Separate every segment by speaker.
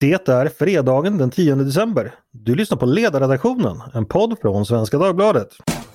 Speaker 1: Det är fredagen den 10 december. Du lyssnar på Ledarredaktionen, en podd från Svenska Dagbladet.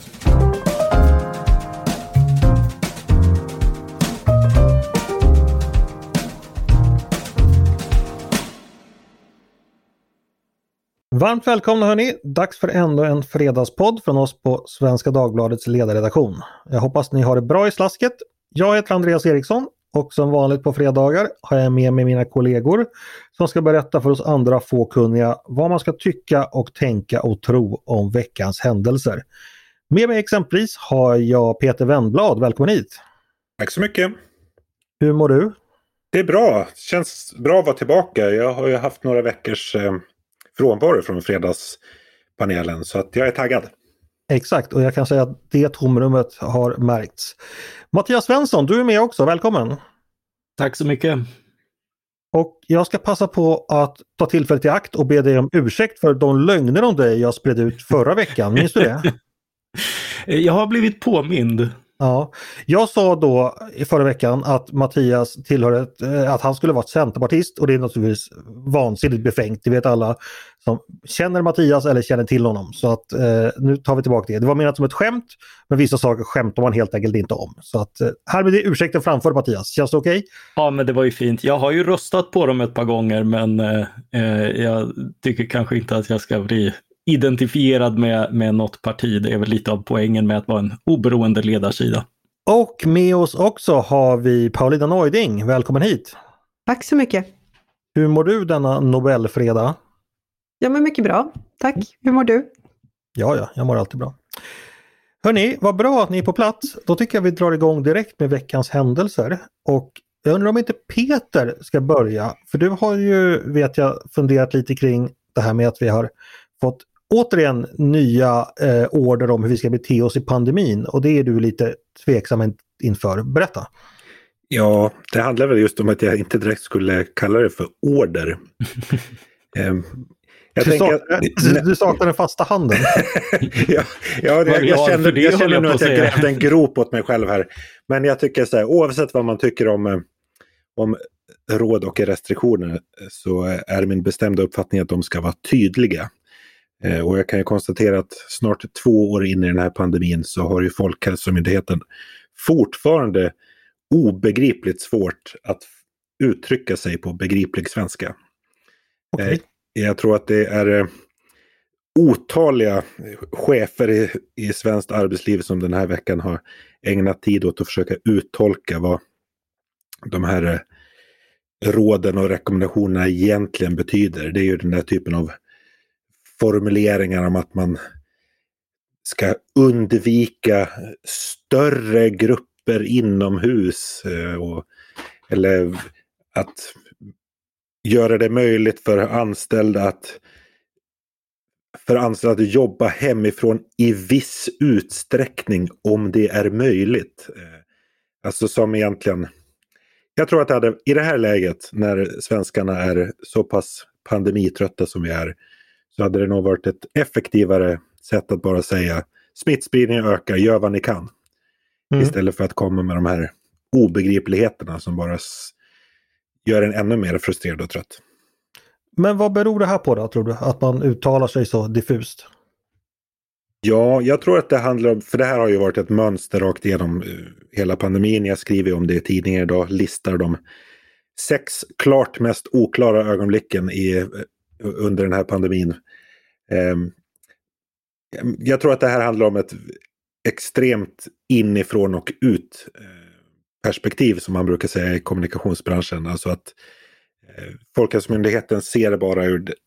Speaker 1: Varmt välkomna hörni, dags för ännu en fredagspodd från oss på Svenska Dagbladets ledarredaktion. Jag hoppas ni har det bra i slasket. Jag heter Andreas Eriksson och som vanligt på fredagar har jag med mig mina kollegor som ska berätta för oss andra fåkunniga vad man ska tycka och tänka och tro om veckans händelser. Med mig exempelvis har jag Peter Wennblad, välkommen hit.
Speaker 2: Tack så mycket.
Speaker 1: Hur mår du?
Speaker 2: Det är bra, känns bra att vara tillbaka. Jag har ju haft några veckors frånvaro från fredagspanelen så att jag är taggad.
Speaker 1: Exakt, och jag kan säga att det tomrummet har märkts. Mattias Svensson, du är med också, välkommen.
Speaker 3: Tack så mycket.
Speaker 1: Och jag ska passa på att ta tillfället i akt och be dig om ursäkt för de lögner om dig jag spred ut förra veckan. Minns du det?
Speaker 3: Jag har blivit påmind.
Speaker 1: Ja, jag sa då i förra veckan att Mattias att han skulle vara ett centerpartist och det är naturligtvis vansinnigt befängt. Det vet alla som känner Mattias eller känner till honom. Så att nu tar vi tillbaka det. Det var menat som ett skämt, men vissa saker skämtar man helt enkelt inte om. Så att här blir det ursäkten framför Mattias. Känns det okej?
Speaker 3: Ja, men det var ju fint. Jag har ju röstat på dem ett par gånger, men jag tycker kanske inte att jag ska bli identifierad med något parti. Det är väl lite av poängen med att vara en oberoende ledarsida.
Speaker 1: Och med oss också har vi Paulina Neuding. Välkommen hit.
Speaker 4: Tack så mycket.
Speaker 1: Hur mår du denna Nobelfredag?
Speaker 4: Jag mår mycket bra. Tack. Hur mår du?
Speaker 1: Ja, jag mår alltid bra. Hörni, vad bra att ni är på plats. Då tycker jag vi drar igång direkt med veckans händelser. Och jag undrar om inte Peter ska börja. För du har ju, vet jag, funderat lite kring det här med att vi har fått återigen nya order om hur vi ska bete oss i pandemin. Och det är du lite tveksam inför. Berätta.
Speaker 2: Ja, det handlar väl just om att jag inte direkt skulle kalla det för order.
Speaker 1: Du saknar den fasta handen.
Speaker 2: jag känner nu att jag grävde en grop åt mig själv här. Men jag tycker så här, oavsett vad man tycker om råd och restriktioner så är min bestämda uppfattning att de ska vara tydliga. Och jag kan ju konstatera att snart 2 år in i den här pandemin så har ju Folkhälsomyndigheten fortfarande obegripligt svårt att uttrycka sig på begriplig svenska.
Speaker 1: Okay.
Speaker 2: Jag tror att det är otaliga chefer i svenskt arbetsliv som den här veckan har ägnat tid åt att försöka uttolka vad de här råden och rekommendationerna egentligen betyder. Det är ju den här typen av formuleringar om att man ska undvika större grupper inomhus eller att göra det möjligt för anställda att jobba hemifrån i viss utsträckning om det är möjligt. Alltså som egentligen, jag tror att i det här läget när svenskarna är så pass pandemitrötta som vi är, så hade det nog varit ett effektivare sätt att bara säga smittspridningen ökar, gör vad ni kan. Istället för att komma med de här obegripligheterna som bara gör en ännu mer frustrerad och trött.
Speaker 1: Men vad beror det här på då, tror du? Att man uttalar sig så diffust?
Speaker 2: Ja, jag tror att det handlar om, för det här har ju varit ett mönster rakt igenom hela pandemin. Jag skriver om det i tidningen idag, listar de 6 klart mest oklara ögonblicken under den här pandemin. Jag tror att det här handlar om ett extremt inifrån och ut perspektiv som man brukar säga i kommunikationsbranschen. Alltså att Folkhälsomyndigheten ser det bara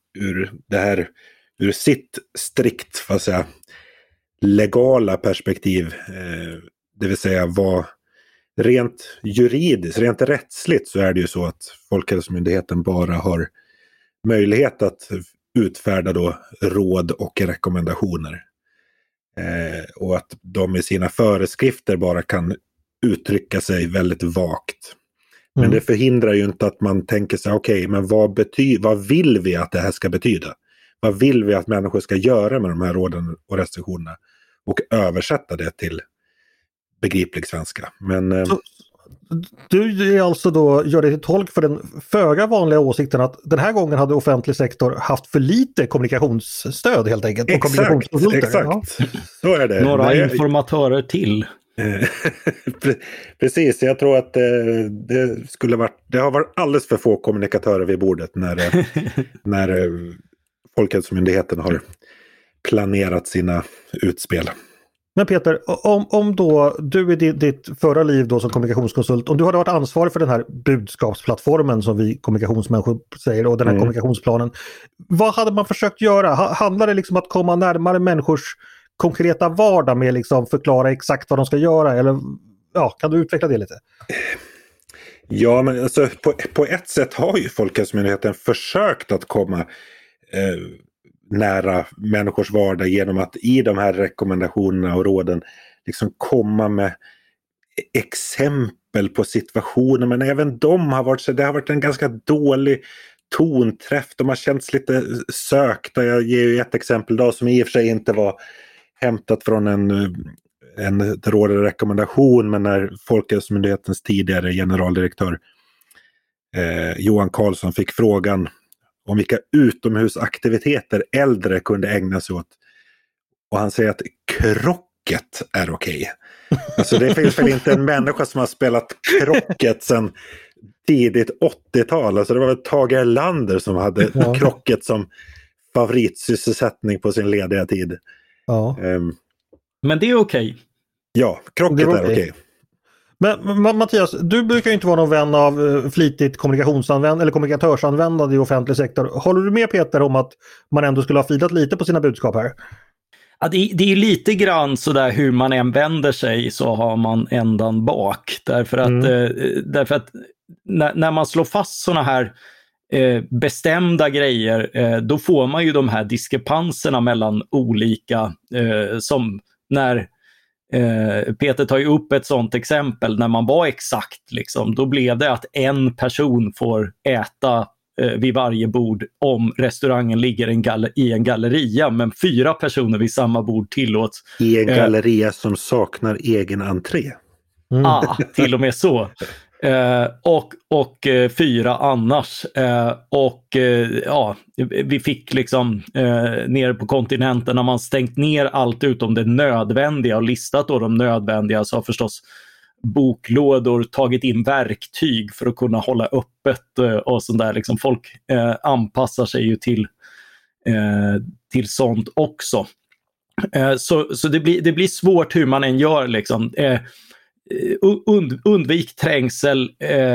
Speaker 2: ur sitt strikt, för att säga, legala perspektiv. Det vill säga vad rent juridiskt, rent rättsligt så är det ju så att Folkhälsomyndigheten bara har möjlighet att utfärda då råd och rekommendationer. Och att de i sina föreskrifter bara kan uttrycka sig väldigt vagt. Men det förhindrar ju inte att man tänker sig, okej, men vad vill vi att det här ska betyda? Vad vill vi att människor ska göra med de här råden och restriktionerna? Och översätta det till begriplig svenska. Men
Speaker 1: du är alltså då, gör dig till tolk för den föga vanliga åsikten att den här gången hade offentlig sektor haft för lite kommunikationsstöd helt enkelt.
Speaker 2: Exakt. Ja. Så är det.
Speaker 3: Några informatörer till.
Speaker 2: Precis, jag tror att det har varit alldeles för få kommunikatörer vid bordet när Folkhälsomyndigheten har planerat sina utspel.
Speaker 1: Men Peter, om då du i ditt förra liv då som kommunikationskonsult, om du hade varit ansvarig för den här budskapsplattformen som vi kommunikationsmänniskor säger och den här kommunikationsplanen, vad hade man försökt göra? Handlar det liksom att komma närmare människors konkreta vardag med liksom förklara exakt vad de ska göra, eller kan du utveckla det lite?
Speaker 2: Ja, men alltså, på ett sätt har ju Folkhälsomyndigheten försökt att komma nära människors vardag genom att i de här rekommendationerna och råden liksom komma med exempel på situationer, men även det har varit en ganska dålig tonträff, de har känts lite sökta. Jag ger ju ett exempel då som i och för sig inte var hämtat från en råd eller rekommendation, men när Folkhälsomyndighetens tidigare generaldirektör Johan Karlsson fick frågan om vilka utomhusaktiviteter äldre kunde ägna sig åt. Och han säger att krocket är okej. Alltså det finns väl inte en människa som har spelat krocket sedan tidigt 80-tal. Alltså det var väl Tage Erlander som hade krocket som favoritsysselsättning på sin lediga tid.
Speaker 1: Ja.
Speaker 3: Men det är okej.
Speaker 2: Ja, krocket är okej.
Speaker 1: Men Mattias, du brukar ju inte vara någon vän av flitigt kommunikationsanvändande eller kommunikatörsanvändande i offentlig sektor. Håller du med Peter om att man ändå skulle ha filat lite på sina budskap här?
Speaker 3: Ja, det är lite grann sådär hur man än vänder sig så har man ändan bak. Därför att när man slår fast sådana här bestämda grejer, då får man ju de här diskrepanserna mellan olika, som när Peter tar ju upp ett sånt exempel när man var exakt liksom, då blev det att en person får äta vid varje bord om restaurangen ligger i en galleria, men 4 personer vid samma bord tillåts.
Speaker 2: I en galleria som saknar egen entré.
Speaker 3: Till och med så. Och 4 annars. Vi fick liksom nere på kontinenten när man stängt ner allt utom det nödvändiga och listat då de nödvändiga, så har förstås boklådor tagit in verktyg för att kunna hålla öppet och sånt där. Liksom folk anpassar sig ju till sånt också. Så det blir svårt hur man än gör liksom. Undvik trängsel,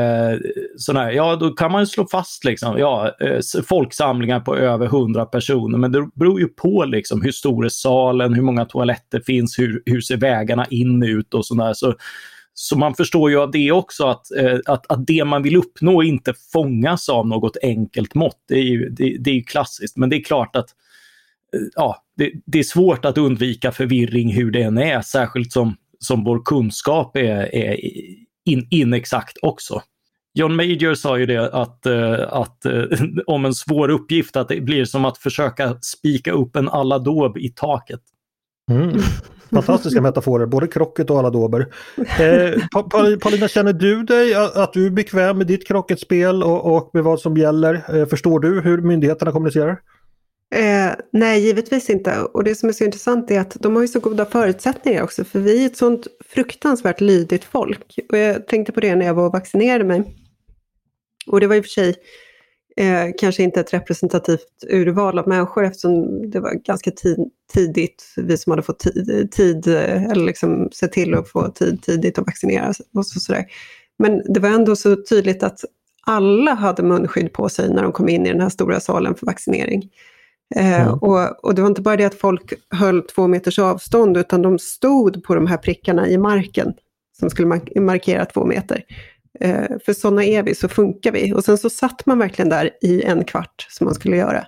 Speaker 3: då kan man slå fast liksom, folksamlingar på över 100 personer, men det beror ju på liksom, hur stor är salen, hur många toaletter finns, hur ser vägarna in ut och sådär. Så man förstår ju av det också att det man vill uppnå inte fångas av något enkelt mått. Det är ju klassiskt, men det är klart att det är svårt att undvika förvirring hur det än är, särskilt som vår kunskap är inexakt också. John Major sa ju det att om en svår uppgift att det blir som att försöka spika upp en aladåb i taket.
Speaker 1: Fantastiska metaforer, både krocket och aladober. Paulina, känner du dig att du är bekväm med ditt krocketspel och med vad som gäller? Förstår du hur myndigheterna kommunicerar?
Speaker 4: Nej, givetvis inte. Och det som är så intressant är att de har ju så goda förutsättningar också. För vi är ett sånt fruktansvärt lydigt folk. Och jag tänkte på det när jag var och vaccinerade mig. Och det var i och för sig kanske inte ett representativt urval av människor, eftersom det var ganska tidigt, vi som hade fått tid eller liksom se till att få tid tidigt att vaccinera och sådär. Men det var ändå så tydligt att alla hade munskydd på sig när de kom in i den här stora salen för vaccinering. Och det var inte bara det att folk höll 2 meters avstånd, utan de stod på de här prickarna i marken som skulle markera 2 meter. För sådana är vi, så funkar vi. Och sen så satt man verkligen där i 1 kvart som man skulle göra.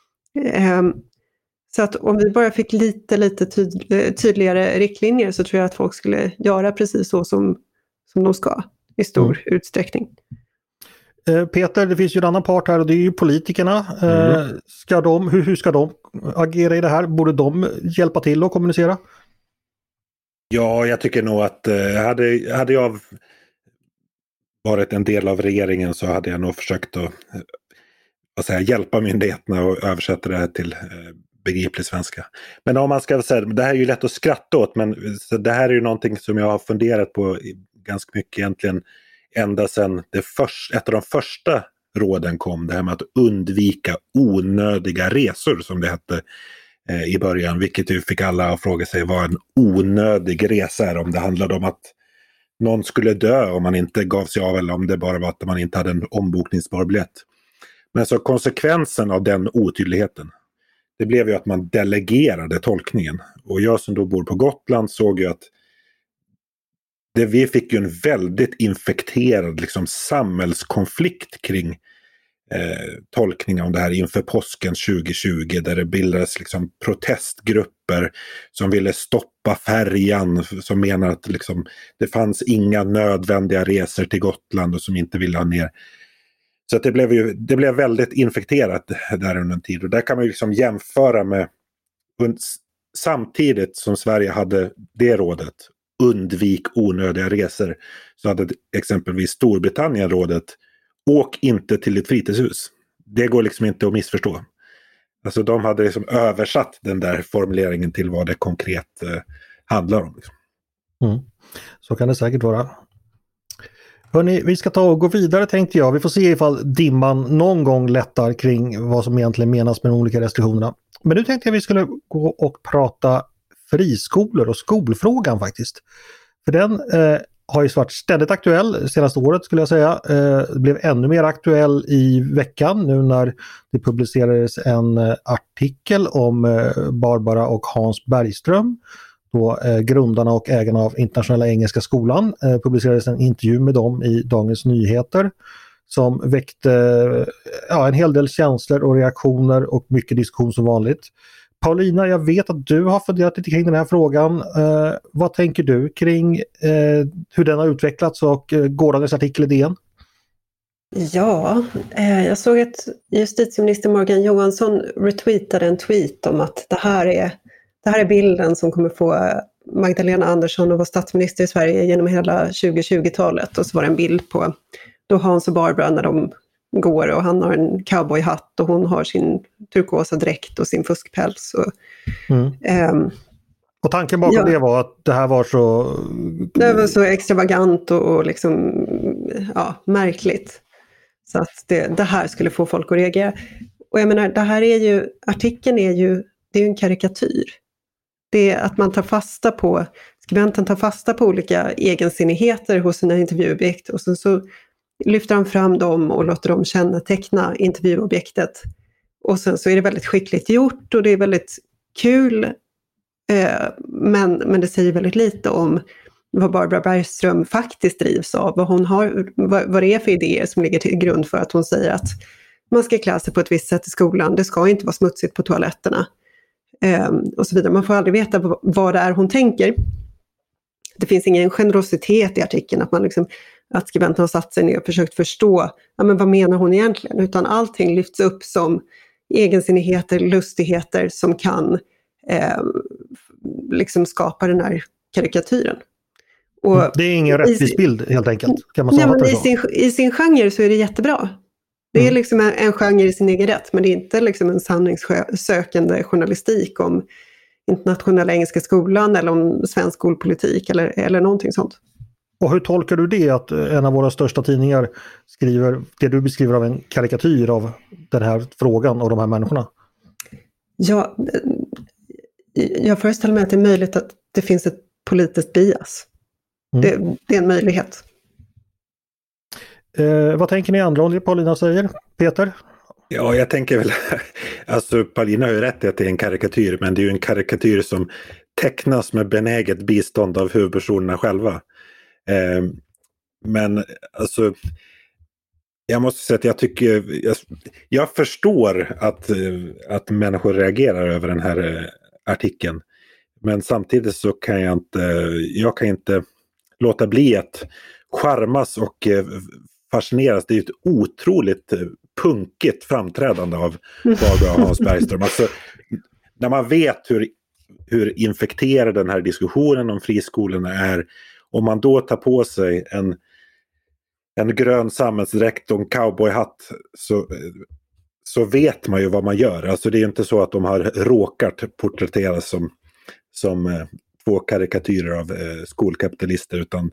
Speaker 4: Så att om vi bara fick lite tydligare riktlinjer, så tror jag att folk skulle göra precis så som de ska i stor utsträckning.
Speaker 1: Peter, det finns ju en annan part här och det är ju politikerna. Hur ska de agera i det här? Borde de hjälpa till att kommunicera?
Speaker 2: Ja, jag tycker nog att hade jag varit en del av regeringen så hade jag nog försökt att hjälpa myndigheterna och översätta det här till begriplig svenska. Men om man ska säga, det här är ju lätt att skratta åt, men det här är ju någonting som jag har funderat på ganska mycket egentligen ända sedan ett av de första råden kom, det här med att undvika onödiga resor som det hette i början, vilket ju fick alla att fråga sig vad en onödig resa är, om det handlade om att någon skulle dö om man inte gav sig av eller om det bara var att man inte hade en ombokningsbar biljett. Men så konsekvensen av den otydligheten, det blev ju att man delegerade tolkningen. Och jag som då bor på Gotland såg ju att vi fick ju en väldigt infekterad samhällskonflikt kring tolkning om det här inför påsken 2020, där det bildades protestgrupper som ville stoppa färjan, som menar att det fanns inga nödvändiga resor till Gotland och som inte ville ha ner. Så att det blev väldigt infekterat där under en tid, och där kan man ju jämföra med samtidigt som Sverige hade det rådet, undvik onödiga resor, så hade exempelvis Storbritannien rådet, åk inte till ett fritidshus. Det går inte att missförstå. Alltså de hade översatt den där formuleringen till vad det konkret handlar om.
Speaker 1: Så kan det säkert vara. Hörrni, vi ska ta och gå vidare tänkte jag. Vi får se ifall dimman någon gång lättar kring vad som egentligen menas med de olika restriktionerna. Men nu tänkte jag att vi skulle gå och prata friskolor och skolfrågan faktiskt. För den har ju varit ständigt aktuell senaste året skulle jag säga. Det blev ännu mer aktuell i veckan nu när det publicerades en artikel om Barbara och Hans Bergström. Då grundarna och ägarna av Internationella Engelska Skolan, publicerades en intervju med dem i Dagens Nyheter som väckte en hel del känslor och reaktioner och mycket diskussion som vanligt. Paulina, jag vet att du har funderat lite kring den här frågan. Vad tänker du kring hur den har utvecklats och gårdagens artikel i DN?
Speaker 4: Ja, jag såg att justitieminister Morgan Johansson retweetade en tweet om att det här är bilden som kommer få Magdalena Andersson att vara statsminister i Sverige genom hela 2020-talet. Och så var det en bild på då Hans och Barbara när de går och han har en cowboyhatt och hon har sin turkosa dräkt och sin fuskpäls.
Speaker 1: Och tanken bakom det var att det här var så...
Speaker 4: Det var så extravagant och märkligt. Så att det här skulle få folk att reagera. Och jag menar, det här är ju, artikeln är ju en karikatyr. Det är att man skribenten tar fasta på olika egensinnigheter hos sina intervjuobjekt och sen så lyfter han fram dem och låter dem känneteckna intervjuobjektet. Och sen så är det väldigt skickligt gjort och det är väldigt kul, men det säger väldigt lite om vad Barbara Bergström faktiskt drivs av, vad det är för idéer som ligger till grund för att hon säger att man ska klä sig på ett visst sätt i skolan, det ska inte vara smutsigt på toaletterna. Och så vidare. Man får aldrig veta vad det är hon tänker. Det finns ingen generositet i artikeln att skribenten har satt sig ner och försökt förstå men vad menar hon egentligen, utan allting lyfts upp som egensinnigheter, lustigheter som kan skapa den här karikatyren. Och
Speaker 1: det är ingen rättvis bild helt enkelt. Kan man säga
Speaker 4: i sin genre så är det jättebra. Det är en genre i sin egen rätt, men det är inte en sanningssökande journalistik om Internationella Engelska Skolan eller om svensk skolpolitik eller någonting sånt.
Speaker 1: Och hur tolkar du det att en av våra största tidningar skriver det du beskriver av en karikatyr av den här frågan och de här människorna?
Speaker 4: Ja, jag föreställer mig att det är möjligt att det finns ett politiskt bias. Det är en möjlighet.
Speaker 1: Vad tänker ni andra om det Paulina säger? Peter?
Speaker 2: Ja, jag tänker väl, alltså Paulina har ju rätt i att det är en karikatyr, men det är ju en karikatyr som tecknas med benäget bistånd av huvudpersonerna själva. Men alltså, jag måste säga att jag förstår att människor reagerar över den här artikeln. Men samtidigt så kan jag kan inte låta bli att charmas och fascineras. Det är ett otroligt punkigt framträdande av Barbara och Hans Bergström. Alltså, när man vet hur infekterad den här diskussionen om friskolorna är, om man då tar på sig en grön samhällsdräkt och en cowboyhatt så vet man ju vad man gör. Alltså det är inte så att de har råkat porträtteras som två karikatyrer av skolkapitalister, utan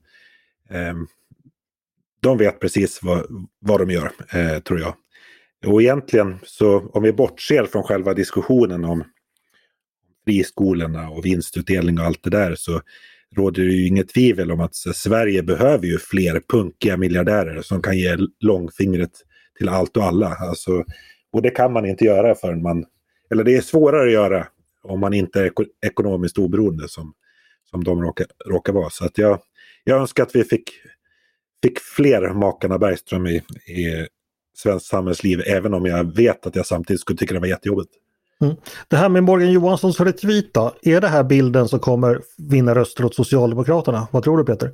Speaker 2: de vet precis vad de gör, tror jag. Och egentligen så, om vi bortser från själva diskussionen om friskolorna och vinstutdelning och allt det där, så råder det ju inget tvivel om att Sverige behöver ju fler punkiga miljardärer som kan ge långfingret till allt och alla. Alltså, och det kan man inte göra förrän eller det är svårare att göra om man inte är ekonomiskt oberoende som de råkar vara. Så att jag önskar att vi fick fler makarna Bergström i svenskt samhällsliv, även om jag vet att jag samtidigt skulle tycka det var jättejobbigt.
Speaker 1: Det här med Morgan Johanssons retweet då, är det här bilden som kommer vinna röster åt Socialdemokraterna? Vad tror du, Peter?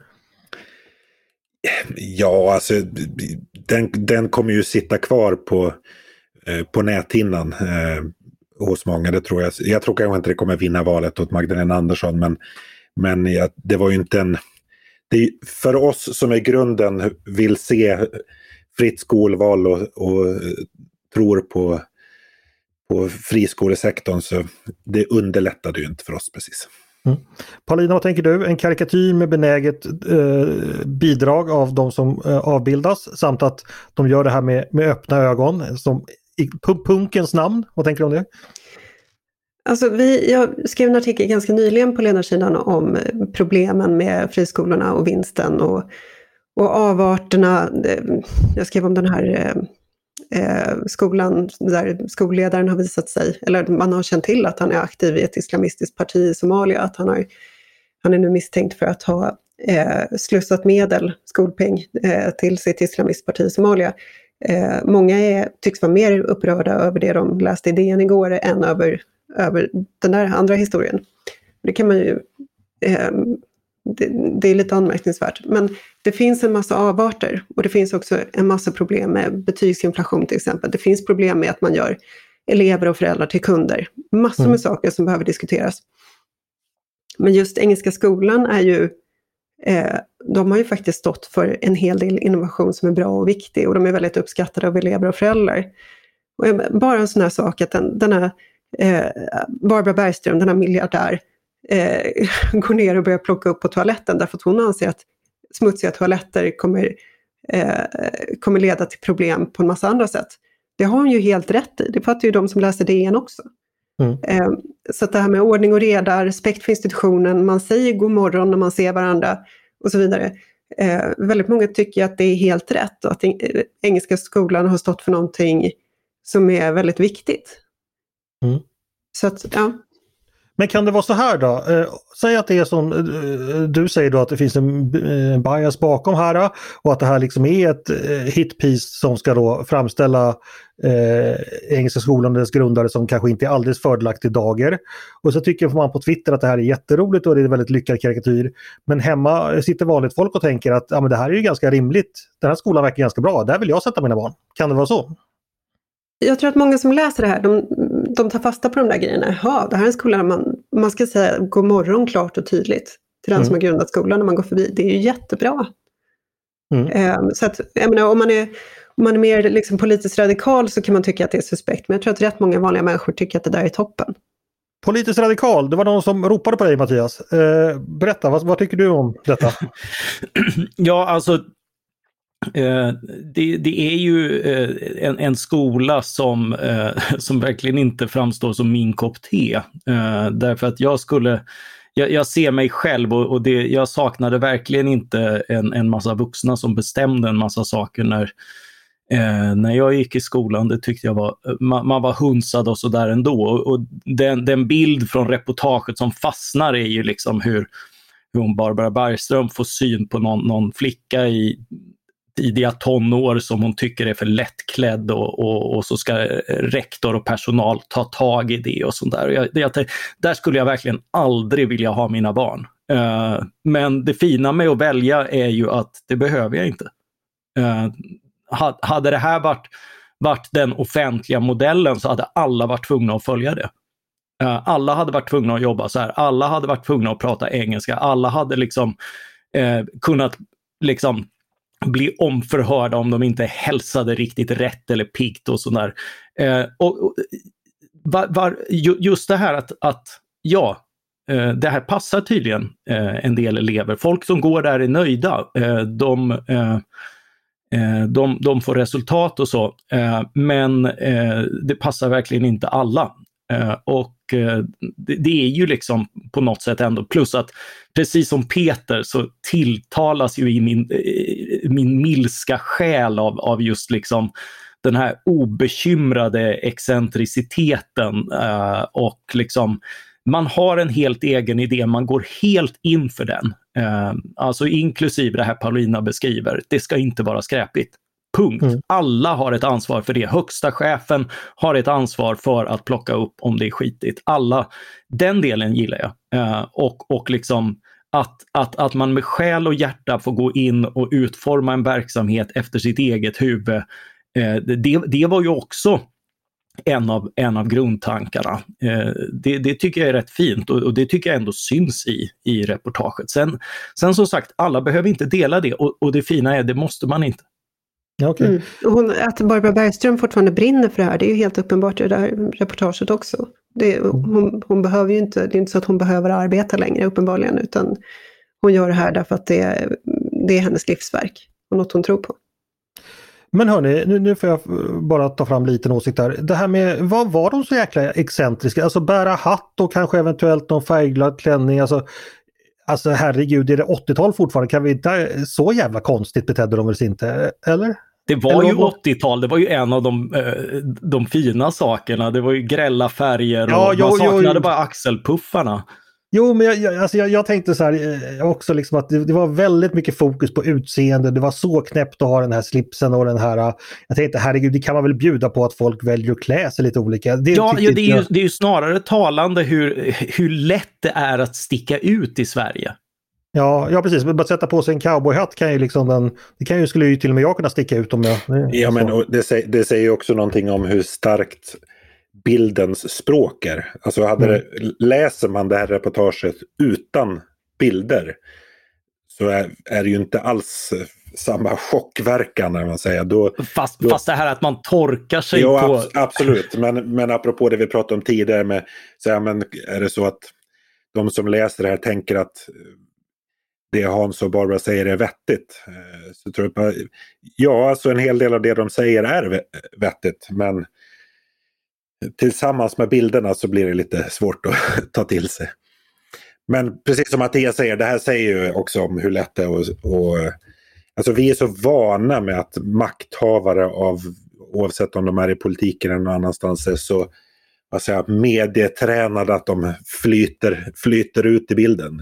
Speaker 2: Ja, alltså den kommer ju sitta kvar på näthinnan hos många, det tror jag. Jag tror kanske inte det kommer vinna valet åt Magdalena Andersson, men det var ju inte för oss som i grunden vill se fritt skolval och tror på friskolesektorn, så det underlättade ju inte för oss precis.
Speaker 1: Paulina, vad tänker du? En karikatyr med benäget bidrag av de som avbildas, samt att de gör det här med öppna ögon, som i punkens namn. Vad tänker du om det?
Speaker 4: Alltså jag skrev en artikel ganska nyligen på ledarsidan om problemen med friskolorna och vinsten och avarterna. Jag skrev om den här skolan där skolledaren har visat sig, eller man har känt till att han är aktiv i ett islamistiskt parti i Somalia, att han är nu misstänkt för att ha slussat medel, skolpeng, till sitt islamistparti i Somalia. Många tycks vara mer upprörda över det de läste i DN igår än över den där andra historien. Det kan man ju det är lite anmärkningsvärt. Men det finns en massa avarter, och det finns också en massa problem med betygsinflation till exempel. Det finns problem med att man gör elever och föräldrar till kunder. Massor med saker som behöver diskuteras. Men just Engelska skolan är ju de har ju faktiskt stått för en hel del innovation som är bra och viktig, och de är väldigt uppskattade av elever och föräldrar. Och bara en sån här sak att den här Barbara Bergström, den här miljardär, går ner och börjar plocka upp på toaletten därför att hon anser att smutsiga toaletter kommer leda till problem på en massa andra sätt. Det har hon ju helt rätt i. Det pratar ju de som läser DN också. Så att det här med ordning och reda, respekt för institutionen, man säger god morgon när man ser varandra och så vidare. Väldigt många tycker att det är helt rätt och att Engelska skolan har stått för någonting som är väldigt viktigt. Så att, ja.
Speaker 1: Men kan det vara så här då? Säg att det är som du säger då, att det finns en bias bakom här, och att det här liksom är ett hitpiece som ska då framställa Engelska skolan och dess grundare som kanske inte är alldeles fördelaktig dagar. Och så tycker man på Twitter att det här är jätteroligt och det är en väldigt lyckad karikatyr. Men hemma sitter vanligt folk och tänker att ja, men det här är ju ganska rimligt. Den här skolan verkar ganska bra. Där vill jag sätta mina barn. Kan det vara så? Jag
Speaker 4: tror att många som läser det här, de tar fasta på de där grejerna. Ja, det här är en skola där man ska säga god morgon klart och tydligt till den som har grundat skolan när man går förbi. Det är ju jättebra. Så att, jag menar, om man är mer liksom politiskt radikal så kan man tycka att det är suspekt. Men jag tror att rätt många vanliga människor tycker att det där är toppen.
Speaker 1: Politiskt radikal, det var någon som ropade på dig, Mattias. Berätta, vad tycker du om detta?
Speaker 3: Ja, alltså det är ju en skola som verkligen inte framstår som min kopp te. Därför att jag ser mig själv och jag saknade verkligen inte en massa vuxna som bestämde en massa saker när jag gick i skolan. Det tyckte jag man var hunsad och så där ändå. Och den bild från reportaget som fastnar är ju liksom hur hon Barbara Bergström får syn på någon flicka i tidiga tonår som hon tycker är för lättklädd och så ska rektor och personal ta tag i det och sånt där. Där skulle jag verkligen aldrig vilja ha mina barn. Men det fina med att välja är ju att det behöver jag inte. Hade det här varit den offentliga modellen så hade alla varit tvungna att följa det. Alla hade varit tvungna att jobba så här. Alla hade varit tvungna att prata engelska. Alla hade liksom kunnat liksom bli omförhörda om de inte hälsade riktigt rätt eller piggt och sådär. Just det här att det här passar tydligen en del elever. Folk som går där är nöjda. De får resultat och så. Men det passar verkligen inte alla. Det är ju liksom på något sätt ändå. Plus att precis som Peter så tilltalas ju i min milska själ av just liksom den här obekymrade excentriciteten och liksom man har en helt egen idé, man går helt in för den. Alltså inklusive det här Paulina beskriver. Det ska inte vara skräpigt. Punkt. Alla har ett ansvar för det. Högsta chefen har ett ansvar för att plocka upp om det är skitigt. Den delen gillar jag. Och liksom att man med själ och hjärta får gå in och utforma en verksamhet efter sitt eget huvud. Det var ju också en av grundtankarna. Det tycker jag är rätt fint och det tycker jag ändå syns i reportaget. Sen som sagt, alla behöver inte dela det och det fina är, det måste man inte.
Speaker 1: Okay.
Speaker 4: Att Barbara Bergström fortfarande brinner för det här, det är ju helt uppenbart i det här reportaget också. Hon behöver ju inte, det är inte så att hon behöver arbeta längre uppenbarligen, utan hon gör det här därför att det är hennes livsverk och något hon tror på.
Speaker 1: Men hörni, nu får jag bara ta fram lite åsikt där. Det här med, vad var de så jäkla excentriska? Alltså bära hatt och kanske eventuellt någon färgglad klänning. Alltså herregud, är det 80-tal fortfarande? Kan vi inte, så jävla konstigt betedde de väl inte, eller?
Speaker 3: Det var ju 80-tal, det var ju en av de fina sakerna. Det var ju grälla färger och man saknade bara axelpuffarna.
Speaker 1: Jo, men jag tänkte så här också liksom att det var väldigt mycket fokus på utseende. Det var så knäppt att ha den här slipsen och den här. Jag tänkte, herregud, det kan man väl bjuda på att folk väljer att klä sig lite olika. Det är
Speaker 3: ju snarare talande hur lätt det är att sticka ut i Sverige.
Speaker 1: Ja, precis. Men bara sätta på sig en cowboyhatt kan ju liksom skulle ju till och med jag kunna sticka ut om jag...
Speaker 2: Ja, men det säger ju också någonting om hur starkt bildens språk är. Alltså läser man det här reportaget utan bilder så är det ju inte alls samma chockverkan när man säger.
Speaker 3: Fast det här att man torkar sig
Speaker 2: på... Absolut, men apropå det vi pratade om tidigare med, men är det så att de som läser det här tänker att det Hans och Barbara säger är vettigt, så tror jag alltså en hel del av det de säger är vettigt, men tillsammans med bilderna så blir det lite svårt att ta till sig. Men precis som Mattias säger, det här säger ju också om hur lätt det är alltså vi är så vana med att makthavare oavsett om de är i politiken eller någon annanstans är så medietränade att de flyter ut i bilden.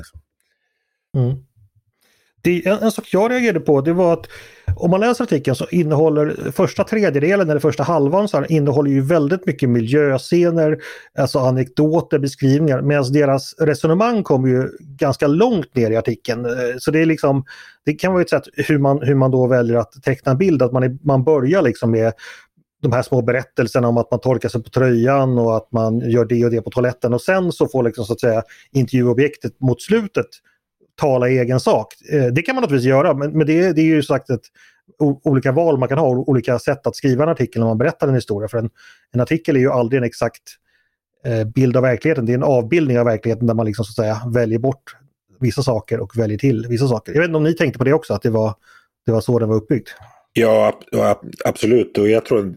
Speaker 1: En sak jag reagerade på, det var att om man läser artikeln så innehåller första tredjedelen eller första halvan så här, innehåller ju väldigt mycket miljöscener, alltså anekdoter, beskrivningar, medan deras resonemang kommer ju ganska långt ner i artikeln. Så det är liksom, det kan vara ett sätt hur man då väljer att teckna en bild, att man börjar liksom med de här små berättelserna om att man torkar sig på tröjan och att man gör det och det på toaletten, och sen så får liksom så att säga intervjuobjektet mot slutet tala i egen sak. Det kan man naturligtvis göra, men det är ju sagt ett olika val man kan ha, olika sätt att skriva en artikel när man berättar en historia. För en artikel är ju aldrig en exakt bild av verkligheten. Det är en avbildning av verkligheten där man liksom så att säga väljer bort vissa saker och väljer till vissa saker. Jag vet inte om ni tänkte på det också, att det var så den var uppbyggd.
Speaker 2: Ja, absolut. Och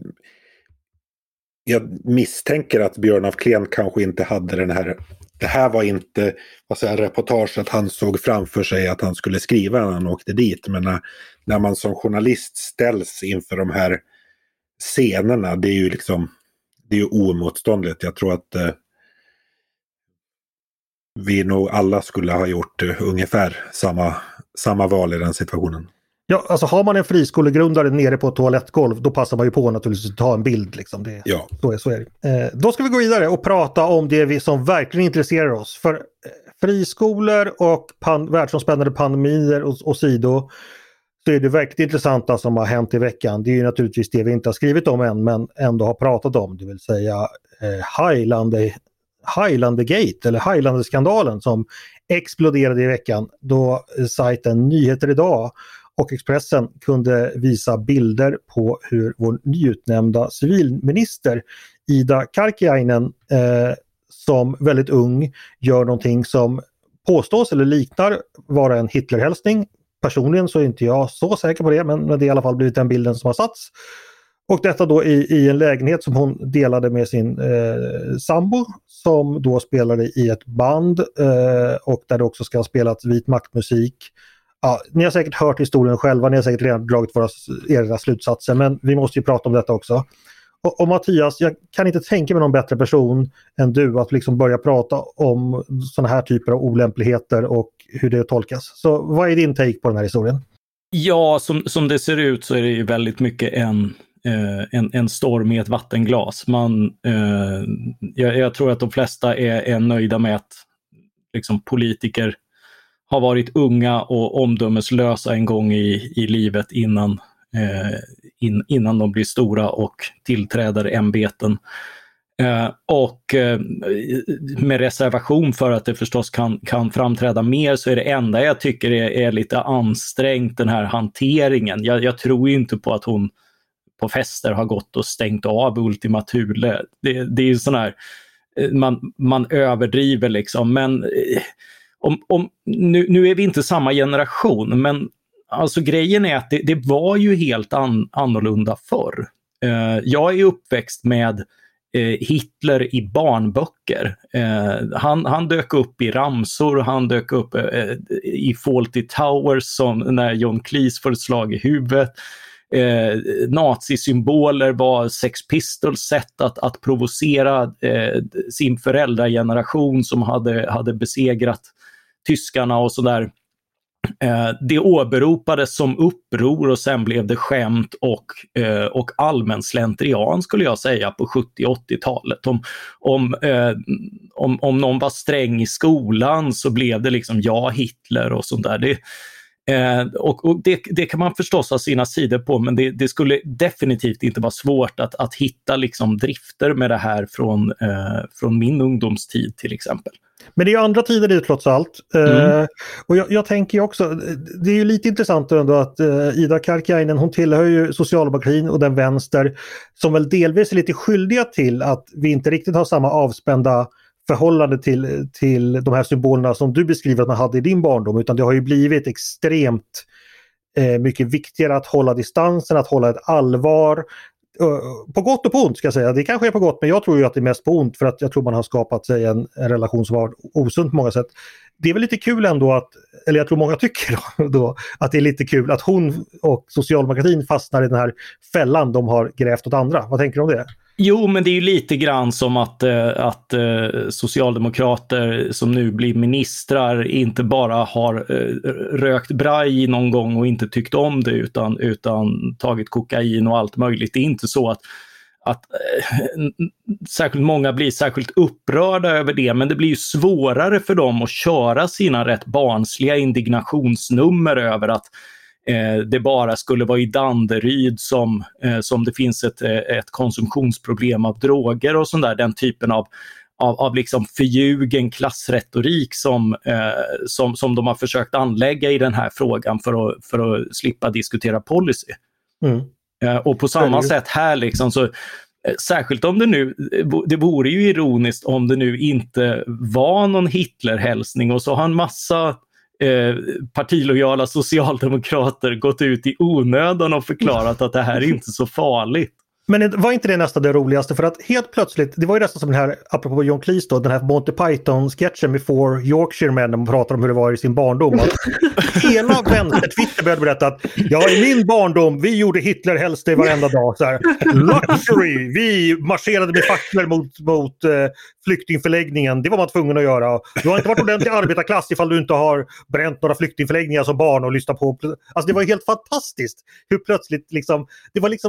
Speaker 2: jag misstänker att Björn af Kleen kanske inte hade den här. Det här var inte reportage att han såg framför sig att han skulle skriva när han åkte dit. Men när man som journalist ställs inför de här scenerna, det är ju oemotståndligt. Jag tror att vi nog alla skulle ha gjort ungefär samma val i den situationen.
Speaker 1: Ja, alltså har man en friskolegrundare nere på ett toalettgolv, då passar man ju på naturligtvis att ta en bild. Liksom.
Speaker 2: Ja.
Speaker 1: Så är det. Då ska vi gå vidare och prata om det som verkligen intresserar oss. För friskolor och världsomspännande pandemier och sido, så är det verkligt intressanta som har hänt i veckan. Det är ju naturligtvis det vi inte har skrivit om än, men ändå har pratat om. Det vill säga Highlandergate eller Highlander-skandalen som exploderade i veckan, då sajten Nyheter idag och Expressen kunde visa bilder på hur vår nyutnämnda civilminister Ida Karkiainen som väldigt ung gör någonting som påstås eller liknar vara en Hitlerhälsning. Personligen så är inte jag så säker på det, men det är i alla fall blivit den bilden som har satts. Och detta då i en lägenhet som hon delade med sin sambo som då spelade i ett band och där det också ska ha spelats vit maktmusik. Ja, ni har säkert hört historien själva, ni har säkert redan dragit era slutsatser, men vi måste ju prata om detta också. Och Mattias, jag kan inte tänka mig någon bättre person än du att liksom börja prata om sådana här typer av olämpligheter och hur det tolkas. Så vad är din take på den här historien?
Speaker 3: Ja, som det ser ut så är det ju väldigt mycket en storm i ett vattenglas. Jag tror att de flesta är nöjda med att liksom, politiker har varit unga och omdömeslösa en gång i livet innan de blir stora och tillträder ämbeten. Med reservation för att det förstås kan framträda mer, så är det enda jag tycker är lite ansträngt den här hanteringen. Jag tror ju inte på att hon på fester har gått och stängt av Ultima Thule. Det är ju sån här, man överdriver liksom, men nu är vi inte samma generation, men alltså grejen är att det var ju helt annorlunda förr. Jag är uppväxt med Hitler i barnböcker. Han dök upp i ramsor, han dök upp i Fawlty Towers som när John Cleese får ett slag i huvudet. Nazisymboler var Sex Pistols sätt att provocera sin föräldrageneration som hade besegrat tyskarna och sådär. Det åberopades som uppror och sen blev det skämt och allmän slentrian skulle jag säga på 70-80-talet. Om någon var sträng i skolan så blev det liksom Hitler och sånt där. Det kan man förstås ha sina sidor på, men det skulle definitivt inte vara svårt att hitta liksom drifter med det här från min ungdomstid till exempel.
Speaker 1: Men det är ju andra tider det trots allt. Och jag tänker ju också, det är ju lite intressant ändå att Ida Karkiainen, hon tillhör ju socialdemokratin och den vänster som väl delvis är lite skyldiga till att vi inte riktigt har samma avspända förhållande till de här symbolerna som du beskriver att man hade i din barndom, utan det har ju blivit extremt mycket viktigare att hålla distansen, att hålla ett allvar. På gott och på ont ska jag säga. Det kanske är på gott, men jag tror ju att det är mest på ont för att jag tror man har skapat sig en relation som var osund på många sätt. Det är väl lite kul ändå eller jag tror många tycker då, att det är lite kul att hon och socialdemokratin fastnar i den här fällan de har grävt åt andra. Vad tänker du om det?
Speaker 3: Jo, men det är ju lite grann som att socialdemokrater som nu blir ministrar inte bara har rökt braj någon gång och inte tyckt om det utan tagit kokain och allt möjligt. Det är inte så att särskilt många blir särskilt upprörda över det, men det blir ju svårare för dem att köra sina rätt barnsliga indignationsnummer över att det bara skulle vara i Danderyd som det finns ett konsumtionsproblem av droger och sånt där, den typen av liksom förljugen klassretorik som de har försökt anlägga i den här frågan för att slippa diskutera policy. Och på samma sätt här liksom, så särskilt om det vore ju ironiskt om det nu inte var någon Hitlerhälsning och så har en massa partilojala socialdemokrater gått ut i onödan och förklarat att det här är inte så farligt.
Speaker 1: Men var inte det nästan det roligaste? För att helt plötsligt, det var ju nästan som den här, apropå John Cleese då, den här Monty Python-sketchen med 4 Yorkshire-män när man pratar om hur det var i sin barndom. Hela vänster-Twitter började berätta att i min barndom, vi gjorde Hitler-hälsning i varenda dag. Så här, luxury! Vi marscherade med facklor mot flyktingförläggningen. Det var man tvungen att göra. Du har inte varit ordentlig arbetarklass ifall du inte har bränt några flyktingförläggningar som barn och lyssnat på. Alltså det var helt fantastiskt hur plötsligt liksom, det var liksom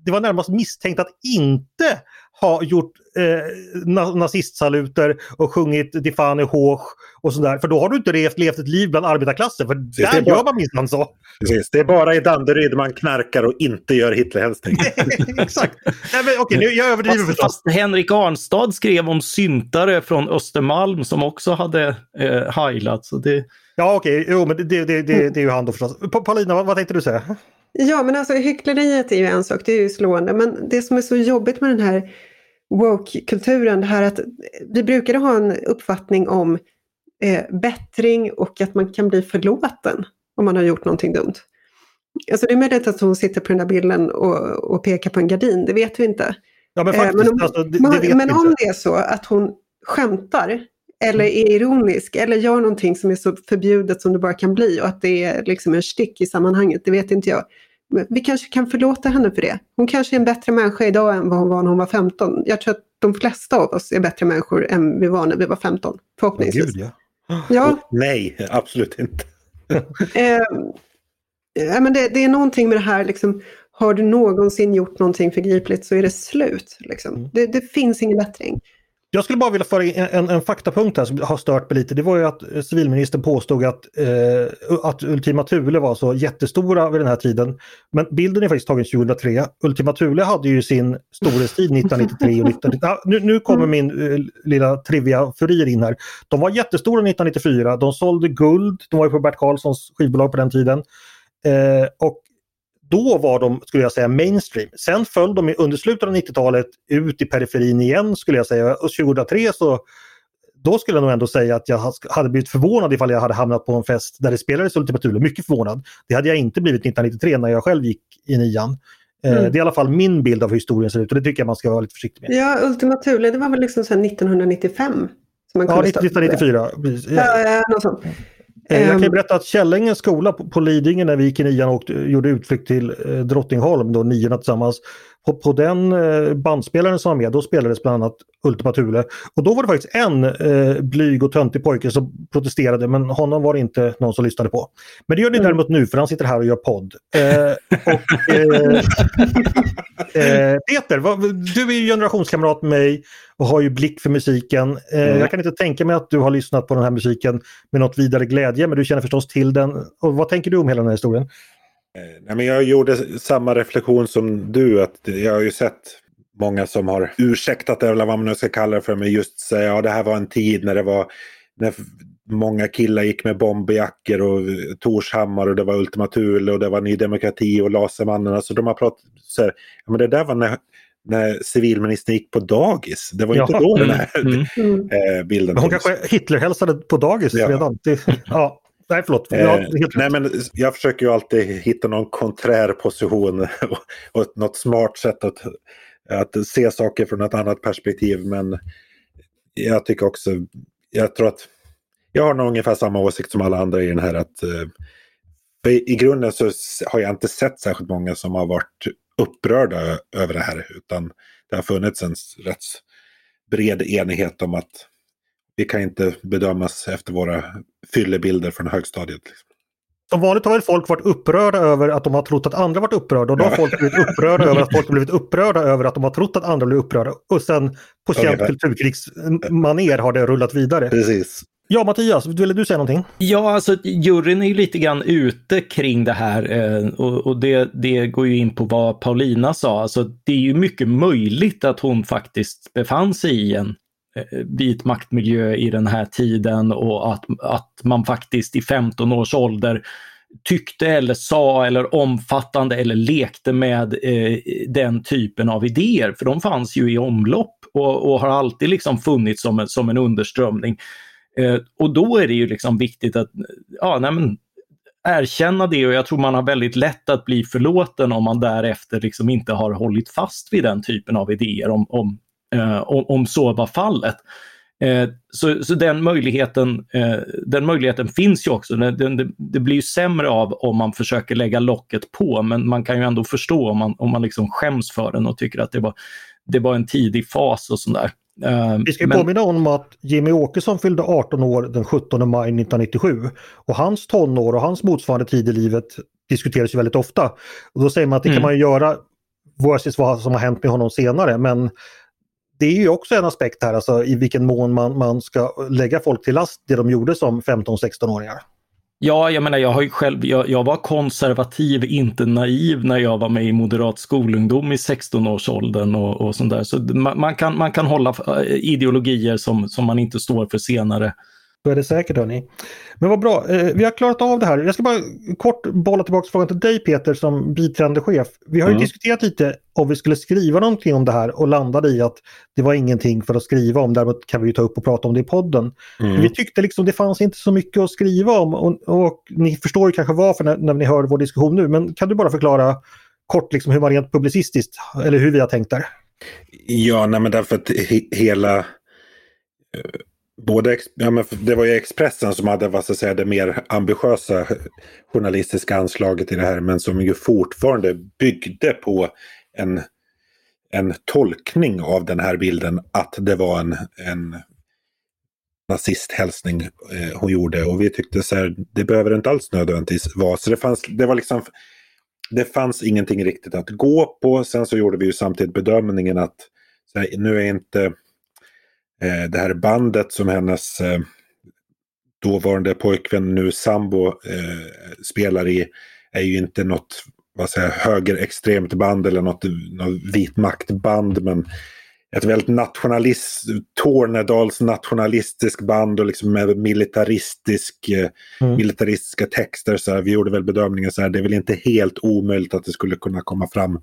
Speaker 1: det var närmast misstänkt att inte ha gjort nazistsaluter och sjungit Die Fahne hoch och sådär. För då har du inte levt ett liv bland arbetarklassen. För där gör man minsann så.
Speaker 2: Precis, det är bara i Danderyd man knarkar och inte gör Hitlerhälsning.
Speaker 1: Exakt. Nej, men, okej, jag överdriver förstås.
Speaker 3: Fast Henrik Arnstad skrev om syntare från Östermalm som också hade heilat. Så det...
Speaker 1: Ja, okej. Jo, men det är ju han då förstås. Paulina, vad tänkte du säga?
Speaker 4: Ja, men alltså hyckleriet är ju en sak, det är ju slående. Men det som är så jobbigt med den här woke-kulturen, det här att vi brukade ha en uppfattning om bättring och att man kan bli förlåten om man har gjort någonting dumt. Alltså det är möjligt att hon sitter på den där bilden och pekar på en gardin, det vet vi inte.
Speaker 1: Ja, men faktiskt,
Speaker 4: men om det är så att hon skämtar eller är ironisk eller gör någonting som är så förbjudet som det bara kan bli och att det är liksom en stick i sammanhanget, det vet inte jag. Men vi kanske kan förlåta henne för det. Hon kanske är en bättre människa idag än vad hon var när hon var 15. Jag tror att de flesta av oss är bättre människor än vi var när vi var 15. Förhoppningsvis.
Speaker 1: Gud, ja.
Speaker 4: Ja.
Speaker 2: Nej, absolut inte.
Speaker 4: Men det är någonting med det här liksom, har du någonsin gjort någonting förgripligt så är det slut. Liksom. Det finns ingen bättring.
Speaker 1: Jag skulle bara vilja föra en faktapunkt här som har stört mig lite. Det var ju att civilministern påstod att Ultima Thule var så jättestora vid den här tiden. Men bilden är faktiskt tagen 2003. Ultima Thule hade ju sin storhetstid 1993 och 1990. Nu kommer min lilla trivia-furir in här. De var jättestora 1994. De sålde guld. De var ju på Bert Karlssons skivbolag på den tiden. Och då var de, skulle jag säga, mainstream. Sen föll de under slutet av 90-talet ut i periferin igen, skulle jag säga. Och 2003 så, då skulle jag nog ändå säga att jag hade blivit förvånad ifall jag hade hamnat på en fest där det spelades Ultima Thule. Mycket förvånad. Det hade jag inte blivit 1993 när jag själv gick i 9:an. Det är i alla fall min bild av hur historien ser ut och det tycker jag man ska vara lite försiktig med.
Speaker 4: Ja, Ultima Thule, det var väl liksom sedan 1995? Som man
Speaker 1: ja, 1994.
Speaker 4: Ja, något sånt.
Speaker 1: Jag kan ju berätta att Källängens skola på Lidingö när vi gick i 9:an och gjorde utflykt till Drottningholm, då 9:orna tillsammans. På den bandspelaren som var med, då spelades bland annat Ultima Thule. Och då var det faktiskt en blyg och töntig pojke som protesterade, men honom var det inte någon som lyssnade på. Men det gör det däremot nu, för han sitter här och gör podd. Peter, du är ju generationskamrat med mig och har ju blick för musiken. Jag kan inte tänka mig att du har lyssnat på den här musiken med något vidare glädje, men du känner förstås till den. Och vad tänker du om hela den här historien?
Speaker 2: Nej, men jag gjorde samma reflektion som du, att jag har ju sett många som har ursäktat eller vad man nu ska kalla det för, men just säga ja, det här var en tid när många killar gick med bomberjackor och Torshammar och det var Ultima Thule och det var Ny Demokrati och Lasermannen, alltså de har pratat så här, ja, men det där var när civilministern gick på dagis. Det var inte då den här bilden.
Speaker 1: Hon kanske Hitler-hälsade på dagis redan. Ja. Nej, förlåt.
Speaker 2: Nej, men jag försöker ju alltid hitta någon konträr position och något smart sätt att se saker från ett annat perspektiv. Men jag tycker också, jag tror att jag har nog ungefär samma åsikt som alla andra i den här, att i grunden så har jag inte sett särskilt många som har varit upprörda över det här, utan det har funnits en rätt bred enighet om att vi kan inte bedömas efter våra fyllebilder från högstadiet. Liksom.
Speaker 1: Som vanligt har väl folk varit upprörda över att de har trott att andra varit upprörda. Och då har folk blivit upprörda över att folk har blivit upprörda över att de har trott att andra blir upprörda. Och sen på känt kulturkrigsmaner har det rullat vidare.
Speaker 2: Precis.
Speaker 1: Ja, Mattias, ville du säga någonting?
Speaker 3: Ja, alltså juryn är ju lite grann ute kring det här och det går ju in på vad Paulina sa. Alltså det är ju mycket möjligt att hon faktiskt befann sig i en vit maktmiljö i den här tiden och att man faktiskt i 15 års ålder tyckte eller sa eller omfattande eller lekte med den typen av idéer. För de fanns ju i omlopp och har alltid liksom funnits som en underströmning. Och då är det ju liksom viktigt att erkänna det, och jag tror man har väldigt lätt att bli förlåten om man därefter liksom inte har hållit fast vid den typen av idéer om så var fallet. Så den möjligheten finns ju också. Det blir ju sämre av om man försöker lägga locket på, men man kan ju ändå förstå om man liksom skäms för den och tycker att det var en tidig fas och sådär.
Speaker 1: Vi ska påminna om att Jimmy Åkesson fyllde 18 år den 17 maj 1997 och hans tonår och hans motsvarande tid i livet diskuteras ju väldigt ofta. Och då säger man att det kan man ju göra versus vad som har hänt med honom senare. Men det är ju också en aspekt här, alltså i vilken mån man ska lägga folk till last det de gjorde som 15-16-åringar.
Speaker 3: Ja, jag menar, jag har ju själv, jag var konservativ, inte naiv när jag var med i moderat skolungdom i 16-årsåldern och sånt där. Så man kan hålla ideologier som man inte står för senare.
Speaker 1: Så är det säkert, hörni. Men vad bra, vi har klarat av det här. Jag ska bara kort bolla tillbaka frågan till dig, Peter, som biträdande chef. Vi har ju diskuterat lite om vi skulle skriva någonting om det här och landade i att det var ingenting för att skriva om. Däremot kan vi ju ta upp och prata om det i podden. Vi tyckte liksom det fanns inte så mycket att skriva om och ni förstår ju kanske varför när ni hör vår diskussion nu. Men kan du bara förklara kort liksom hur man rent publicistiskt, eller hur vi har tänkt där?
Speaker 2: Ja, nej, men därför att hela... det var ju Expressen som hade, vad ska jag säga, det mer ambitiösa journalistiska anslaget i det här, men som ju fortfarande byggde på en tolkning av den här bilden att det var en nazisthälsning hon gjorde, och vi tyckte så här, det behöver inte alls nödvändigtvis vara så. Det fanns ingenting riktigt att gå på. Sen så gjorde vi ju samtidigt bedömningen att så här, nu är inte det här bandet som hennes dåvarande pojkvän, nu sambo, spelar i, är ju inte något, vad säger, högerextremt band eller något vit maktband, men ett väldigt Tornedals nationalistisk band och liksom med militaristiska texter. Så här, vi gjorde väl bedömningen så här, det är väl inte helt omöjligt att det skulle kunna komma fram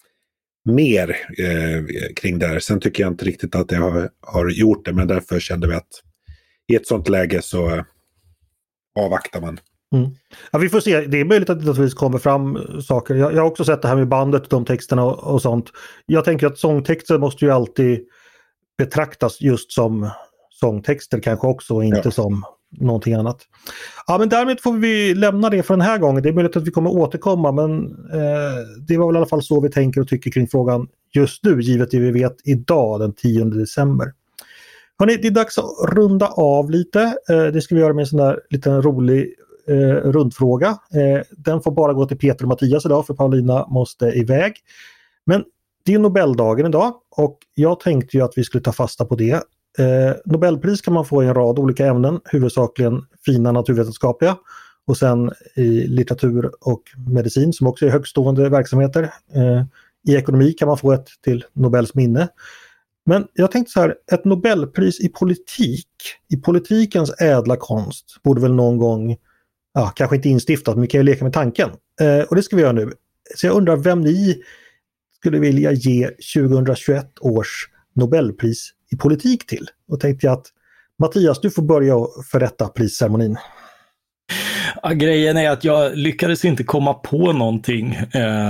Speaker 2: mer kring det här. Sen tycker jag inte riktigt att jag har gjort det, men därför kände vi att i ett sånt läge så avvaktar man.
Speaker 1: Ja, vi får se. Det är möjligt att det kommer fram saker. Jag har också sett det här med bandet, de texterna och sånt. Jag tänker att sångtexter måste ju alltid betraktas just som sångtexter kanske också, och inte som någonting annat. Ja, men därmed får vi lämna det för den här gången. Det är möjligt att vi kommer återkomma, men det var väl i alla fall så vi tänker och tycker kring frågan just nu, givet det vi vet idag, den 10 december. Hörrni, det är dags att runda av lite. Det ska vi göra med en sån där liten rolig rundfråga. Den får bara gå till Peter och Mattias idag, för Paulina måste iväg. Men det är Nobeldagen idag, och jag tänkte ju att vi skulle ta fasta på det. Nobelpris kan man få i en rad olika ämnen, huvudsakligen fina naturvetenskapliga, och sen i litteratur och medicin som också är högstående verksamheter. I ekonomi kan man få ett till Nobels minne. Men jag tänkte så här, ett Nobelpris i politik, i politikens ädla konst, borde väl någon gång, kanske inte instiftat, men vi kan ju leka med tanken. Och det ska vi göra nu. Så jag undrar vem ni skulle vilja ge 2021 års Nobelpris i politik till. Och tänkte jag att Mattias, du får börja förrätta prisceremonin.
Speaker 3: Ja, grejen är att jag lyckades inte komma på någonting.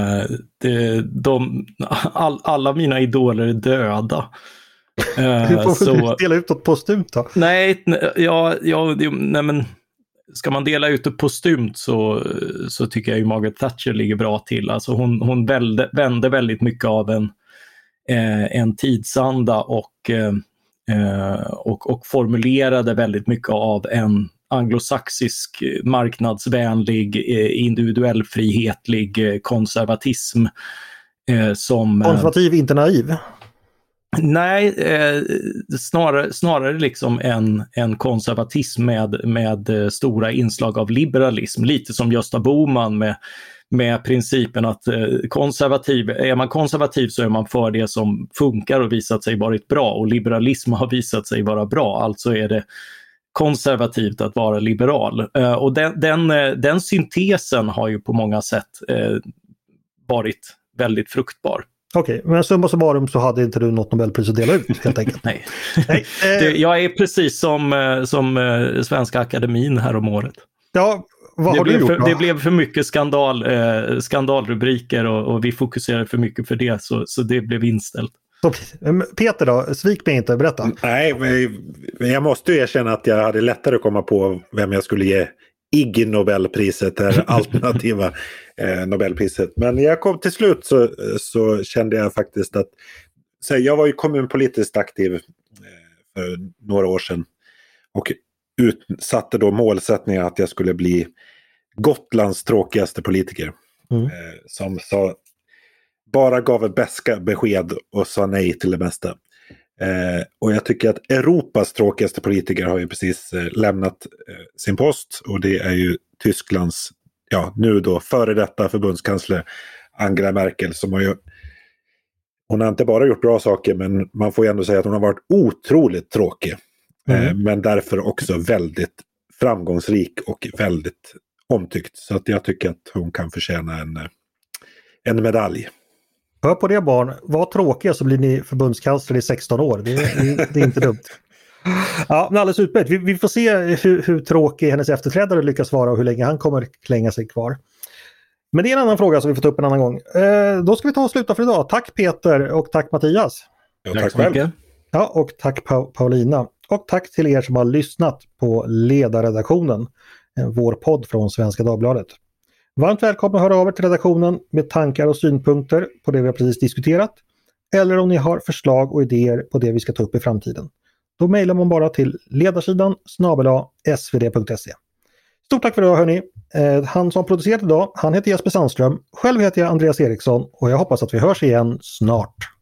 Speaker 3: Alla mina idoler är döda.
Speaker 1: Du får dela ut något postumt då.
Speaker 3: Nej, men ska man dela ut det postumt så tycker jag ju Margaret Thatcher ligger bra till. Alltså hon vände väldigt mycket av en tidsanda och formulerade väldigt mycket av en anglosaxisk, marknadsvänlig, individuell frihetlig konservatism.
Speaker 1: Konservativ, inte naiv?
Speaker 3: Nej, snarare liksom en konservatism med stora inslag av liberalism. Lite som Gösta Bohman med principen att är man konservativ så är man för det som funkar och visat sig varit bra, och liberalism har visat sig vara bra, alltså är det konservativt att vara liberal. Och den syntesen har ju på många sätt varit väldigt fruktbar.
Speaker 1: Okej, men summa summarum så hade inte du något Nobelpris att dela ut helt enkelt.
Speaker 3: Nej. Jag är precis som Svenska Akademin här om året.
Speaker 1: Ja, vad har du gjort?
Speaker 3: Det blev för mycket skandalrubriker och vi fokuserade för mycket för det, så det blev inställt.
Speaker 1: Peter då, svik mig inte, berätta.
Speaker 2: Nej, men jag måste ju erkänna att jag hade lättare att komma på vem jag skulle ge Ig Nobelpriset, eller alternativa Nobelpriset. Men jag kom till slut så kände jag faktiskt att jag var ju kommunpolitiskt aktiv för några år sedan och satte då målsättningen att jag skulle bli Gotlands tråkigaste politiker. Som sa bara gav ett beska besked och sa nej till det mesta. Och jag tycker att Europas tråkigaste politiker har ju precis lämnat sin post, och det är ju Tysklands, nu då före detta förbundskansler Angela Merkel, som hon har inte bara gjort bra saker, men man får ju ändå säga att hon har varit otroligt tråkig. Men därför också väldigt framgångsrik och väldigt omtyckt. Så att jag tycker att hon kan förtjäna en medalj.
Speaker 1: Hör på det barn, var tråkiga så blir ni förbundskansler i 16 år. Det är inte dumt. Ja, men alldeles utmärkt. Vi får se hur tråkig hennes efterträdare lyckas vara och hur länge han kommer klänga sig kvar. Men det är en annan fråga som vi får ta upp en annan gång. Då ska vi ta och sluta för idag. Tack Peter och tack Mattias.
Speaker 2: Ja, tack själv.
Speaker 1: Ja, och tack Paulina. Och tack till er som har lyssnat på Ledarredaktionen, vår podd från Svenska Dagbladet. Varmt välkomna att höra av er till redaktionen med tankar och synpunkter på det vi har precis diskuterat. Eller om ni har förslag och idéer på det vi ska ta upp i framtiden. Då mejlar man bara till ledarsidan @svd.se. Stort tack för idag hörni. Han som producerat idag, han heter Jesper Sandström. Själv heter jag Andreas Eriksson och jag hoppas att vi hörs igen snart.